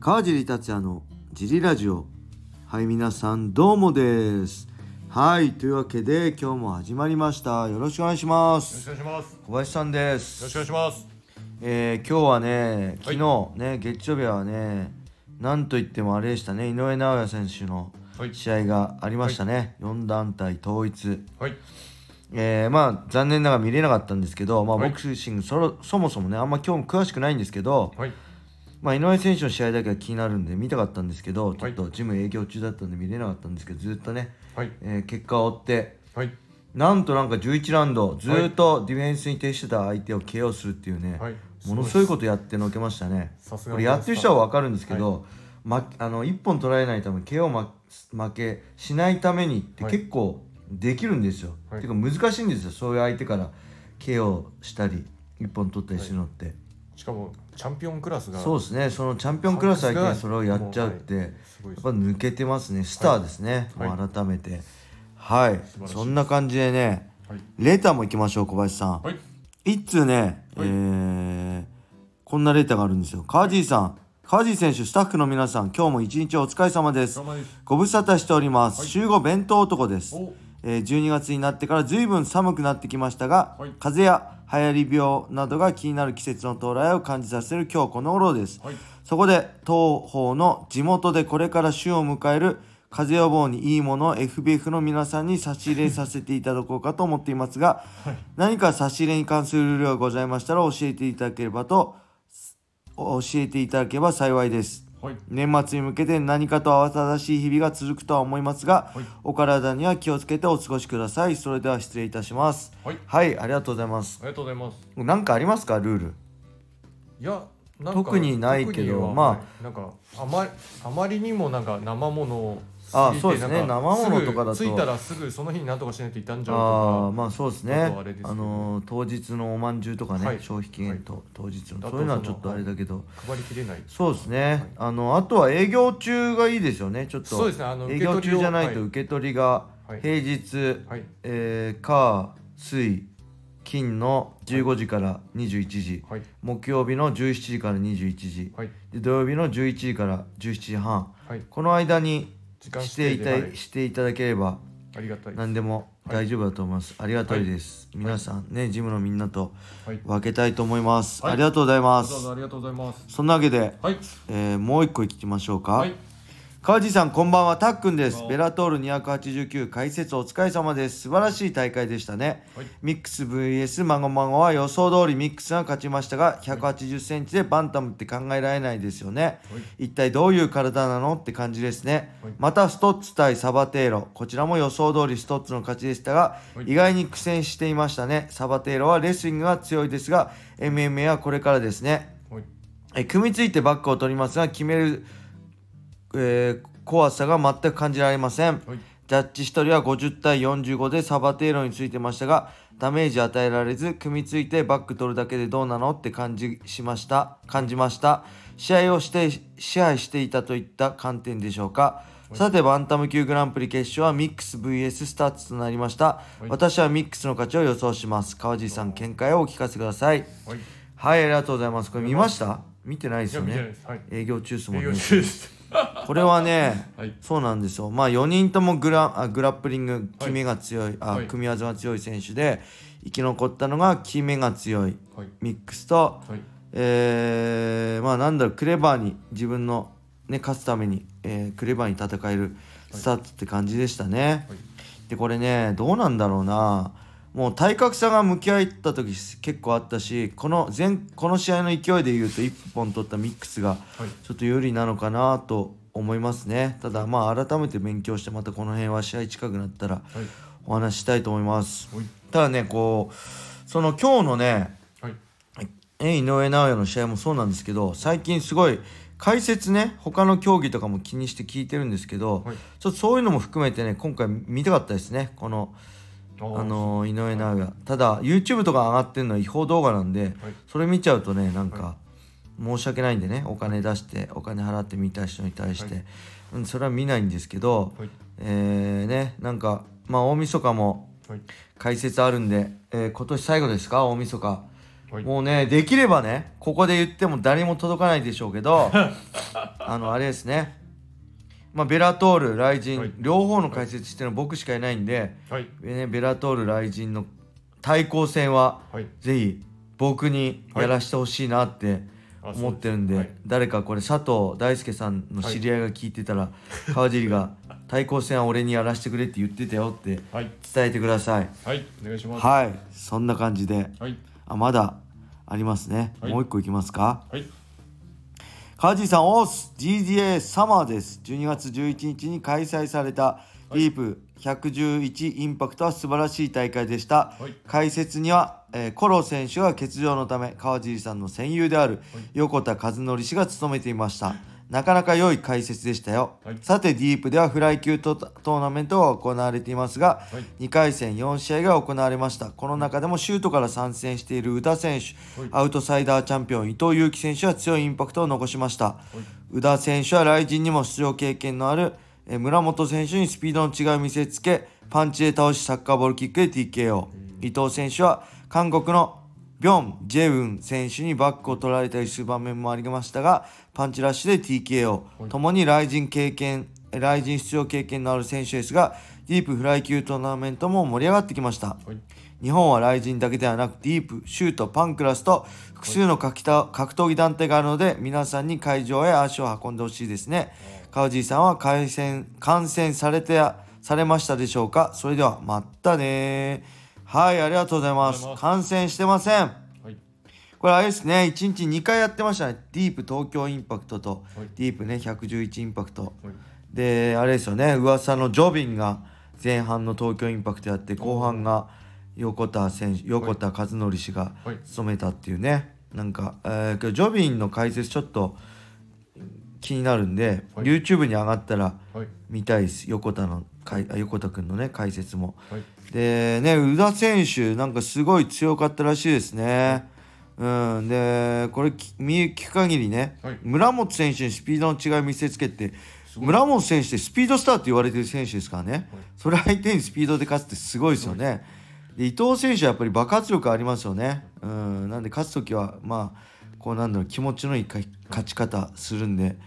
川尻達也のジリラジオ。はい、皆さんどうもです。はい、というわけで今日も始まりました。よろしくお願いします。 よろしくお願いします。 小林さんです。 よろしくお願いします。 今日はね、昨日ね、月曜日はね、なんといってもあれでしたね、井上尚弥選手の試合がありましたね。4団体統一。 はい。 残念ながら見れなかったんですけど、 はいボクシングそもそもね、あんま今日も詳しくないんですけど、 はい。 井上選手の試合だけは気になるんで見たかったんですけど、 いちょっとジム営業中だったんで見れなかったんですけど、ずっとね、 はい。 結果を追って、 はい。 なんか11ラウンドずっとディフェンスに徹してた相手を KO するっていうね、 はい。 ものすごいことやってのけましたね。 さすがこれやってる人は分かるんですけど、一本取られないために KO 負けしないためにって結構できるんですよ、てか難しいんですよ、そういう相手から KO したり一本取ったりするのって、 しかもチャンピオンクラスがそうですね、そのチャンピオンクラス相手にそれをやっちゃうって、 すごいやっぱ抜けてますね、スターですね、 はいもう改めてはい、そんな感じでね、レターも行きましょう。小林さん、一通ね、こんなレターがあるんですよ。川尻さん、川尻選手、スタッフの皆さん、今日も一日お疲れ様です。ご無沙汰しております。週5弁当男です。12月になってから随分寒くなってきましたが、風邪や流行り病などが気になる季節の到来を感じさせる今日この頃です。そこで当方の地元でこれから旬を迎える風邪予防にいいものを FBF の皆さんに差し入れさせていただこうかと思っていますが、何か差し入れに関するルールがございましたら教えていただければ幸いです。年末に向けて何かと慌ただしい日々が続くとは思いますが、お体には気をつけてお過ごしください。それでは失礼いたします。はい、ありがとうございます。 ありがとうございます。 何かありますか、ルール？ いや、なんか特にないけど、 なんかあまりにもなんか生ものをそうですね、生ものとかだと着いたらすぐその日に何とかしないと傷んじゃうとか、 そうですね、 当日のおまんじゅうとかね、消費期限と当日のそういうのはちょっとあれだけど、 配りきれない。そうですね、あとは営業中がいいですよね。ちょっとそうですね、 営業中じゃないと受け取りが平日、火水金の15時から21時、木曜日の17時から21時、で土曜日の11時から17時半、この間にしていただければ何でも大丈夫だと思います。ありがたいです。皆さんね、ジムのみんなと分けたいと思います。ありがとうございます。 ありがとうございます。 そんなわけで、もう一個いきましょうか。川地さんこんばんは、たっくんです。ベラトール289解説お疲れ様です。素晴らしい大会でしたね。ミックス vs マゴマゴは予想通りミックスが勝ちましたが、180センチでバンタムって考えられないですよね。一体どういう体なのって感じですね。またストッツ対サバテーロ、こちらも予想通りストッツの勝ちでしたが、意外に苦戦していましたね。サバテーロはレスリングが強いですが MMA はこれからですね。組みついてバックを取りますが決める怖さが全く感じられません。ジャッジ1人は50対45でサバテーロについてましたが、ダメージ与えられず組みついてバック取るだけでどうなのって感じました。試合を支配していたといった観点でしょうか。さてバンタム級グランプリ決勝はミックス vs スタッツとなりました。私はミックスの勝ちを予想します。川尻さん見解をお聞かせください。はい、ありがとうございます。これ見ました？見てないですよね。営業中ですもんね。これはね、そうなんですよ。4人ともグラップリング組み技が強い選手で、生き残ったのが決めが強いミックスと、クレバーに自分のね勝つために、クレバーに戦えるスタートって感じでしたね。でこれね、どうなんだろうな。もう体格差が向き合った時結構あったし、この試合の勢いでいうと1本取ったミックスがちょっと有利なのかなと思いますね。ただ改めて勉強してまたこの辺は試合近くなったらお話ししたいと思います。ただね、その今日のね、井上尚弥の試合もそうなんですけど、最近すごい解説ね、他の競技とかも気にして聞いてるんですけど、ちょっとそういうのも含めてね、今回見たかったですね。この井上尚弥、ただ YouTube とか上がってるのは違法動画なんで、それ見ちゃうとね、なんか申し訳ないんでね、お金払って見た人に対して、それは見ないんですけど、なんか大晦日も解説あるんで、今年最後ですか、大晦日はいもうねできればねここで言っても誰も届かないでしょうけどあれですね、ベラトール、ライジン、 はい、 両方の解説してるの僕しかいないんで、 はいベラトール、ライジンの対抗戦は、 はい、 ぜひ僕にやらせてほしいなって思ってるんで、 はい、 誰かこれ佐藤大輔さんの知り合いが聞いてたら、川尻が対抗戦は俺にやらせてくれって言ってたよってはい伝えてください。 はい、お願いします。 はい、そんな感じで、 はいまだありますね、 はいもう一個いきますか。 はい川尻さん、オース GGA サマーです。12月11日に開催されたディープ111インパクトは素晴らしい大会でした。 はい解説には、コロ選手が欠場のため川尻さんの戦友である横田和則氏が務めていました。なかなか良い解説でしたよ。 はいさてディープではフライ級トーナメントが行われていますが、 はい 2回戦4試合が行われました。この中でもシュートから参戦している宇田選手、アウトサイダーチャンピオン伊藤有希選手は強いインパクトを残しました。宇田選手はライジンにも出場経験のある村本選手にスピードの違いを見せつけ、パンチで倒しサッカーボールキックで TKO。伊藤選手は韓国のビョン・ジェウン選手にバックを取られたりする場面もありましたが、パンチラッシュで TKO。ともにライジン出場経験のある選手ですが、ディープフライ級トーナメントも盛り上がってきました。日本はライジンだけではなくディープ、シュート、パンクラスと複数の格闘技団体があるので、皆さんに会場へ足を運んでほしいですね。川尻さんは観戦されましたでしょうか。それではまたね。はい、ありがとうございます。観戦してません。これあれですね、1日2回やってましたね。ディープ東京インパクトと、ディープね111インパクト、であれですよね、噂のジョビンが前半の東京インパクトやって、後半が横田和則氏が務めたっていうね。なんか、ジョビンの解説ちょっと気になるんで、YouTube に上がったら見たいです。横田くんのね解説も。でね、宇田選手なんかすごい強かったらしいですね。でこれ聞く限りね、村本選手にスピードの違いを見せつけて、村本選手ってスピードスターって言われてる選手ですからね、それ相手にスピードで勝つってすごいですよね。で伊藤選手はやっぱり爆発力ありますよね。なんで勝つ時はこう気持ちのいい勝ち方するんで、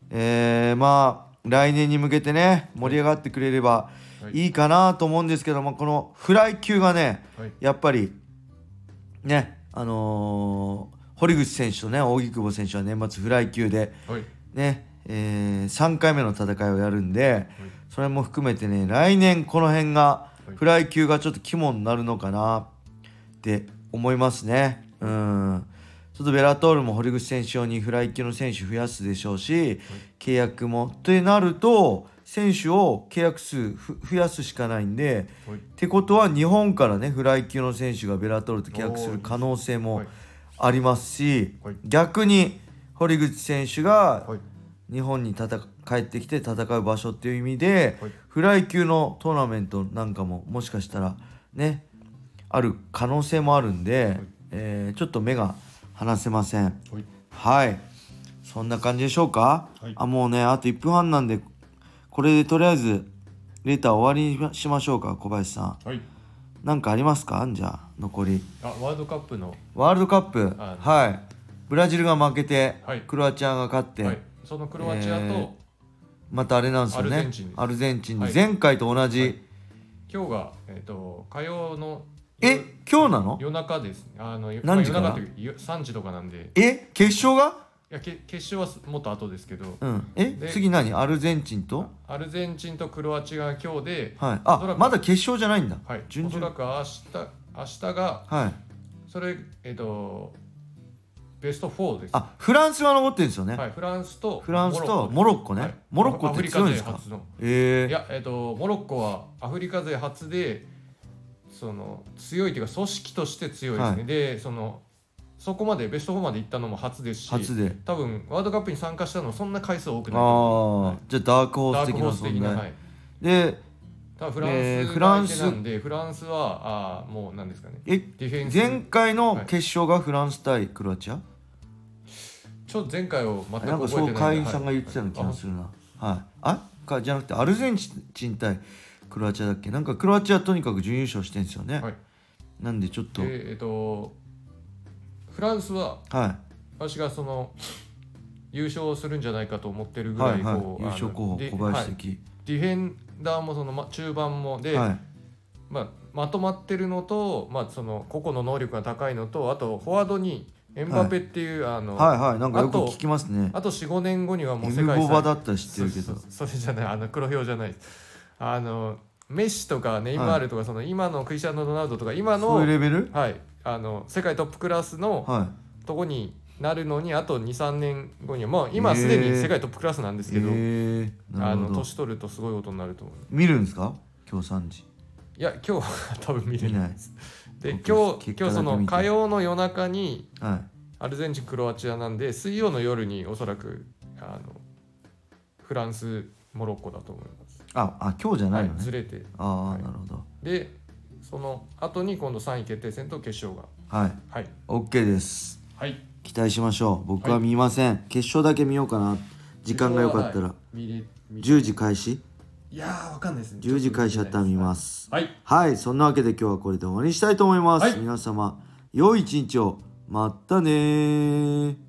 来年に向けてね盛り上がってくれればいいかなと思うんですけども、このフライ級がね、やっぱりね堀口選手とね扇久保選手は年末フライ級でね、3回目の戦いをやるんで、それも含めてね来年この辺がフライ級がちょっと肝になるのかなって思いますね。ちょっとベラトールも堀口選手用にフライ級の選手増やすでしょうし、契約もってなると選手を契約数増やすしかないんで、ってことは日本からねフライ級の選手がベラトールと契約する可能性もありますし、逆に堀口選手が日本に帰ってきて戦う場所っていう意味で、フライ級のトーナメントなんかももしかしたらねある可能性もあるんで、ちょっと目が離せません。はい、そんな感じでしょうか。もうねあと1分半なんで、これでとりあえずレター終わりにしましょうか。小林さん、なんかありますか。じゃあ残りワールドカップのワールドカップ、ブラジルが負けて、クロアチアが勝って、 そのクロアチアと、 またあれなんですよね、アルゼンチンに前回と同じ、 今日が、火曜の今日なの夜中ですね。 何時から夜中という3時とかなんで、 決勝が決勝はもっと後ですけど、 次何、アルゼンチンとクロアチアが今日で、 まだ決勝じゃないんだ。 おそらく明日が、それベスト4です。 フランスは残ってるんですよね。 フランスとモロッコね。モロッコって強いんですか。 いや、モロッコはアフリカ勢初で、強いというか組織として強いですね。でそこまでベスト4まで行ったのも初ですし、多分ワールドカップに参加したのそんな回数多くない。 じゃあダークホース的な存在で、 フランスなんで、フランスはもう何ですかね、 ディフェンス前回の決勝がフランス対クロアチア、 ちょっと前回を全く覚えてない。 なんかそう会員さんが言ってたような気がするな。じゃなくてアルゼンチン対クロアチアだっけ。なんかクロアチアとにかく準優勝してるんですよね。なんでちょっとフランスははい私がその優勝するんじゃないかと思ってるぐらいこう、 優勝候補小林的、 ディフェンダーもその、中盤もで、まとまってるのと、その個々の能力が高いのと、あとフォワードにエムバペっていう、なんかよく聞きますね。 あと 4,5 年後にはもう世界ボバだったら知ってるけど、 それじゃない、黒票じゃないです。メッシとかネイマールとか、その今のクリスチャンノ・ロナウドとか今のそういうレベル、 世界トップクラスのとこになるのにあと 2,3 年後には今すでに世界トップクラスなんですけど、年取るとすごいことになると思う。 見るんですか今日3時？ いや今日は多分見れないです。で今日その火曜の夜中にアルゼンチンクロアチアなんで、水曜の夜におそらくフランスモロッコだと思います。 今日じゃないのね、 ずれて、 なるほど。 でその後に今度3位決定戦と決勝が OK です。期待しましょう。僕は見ません、決勝だけ見ようかな。時間が良かったら、10時開始、 いやーわかんないですね。 10時開始やったら見ます。そんなわけで今日はこれで終わりにしたいと思います。皆様良い一日を。またねー。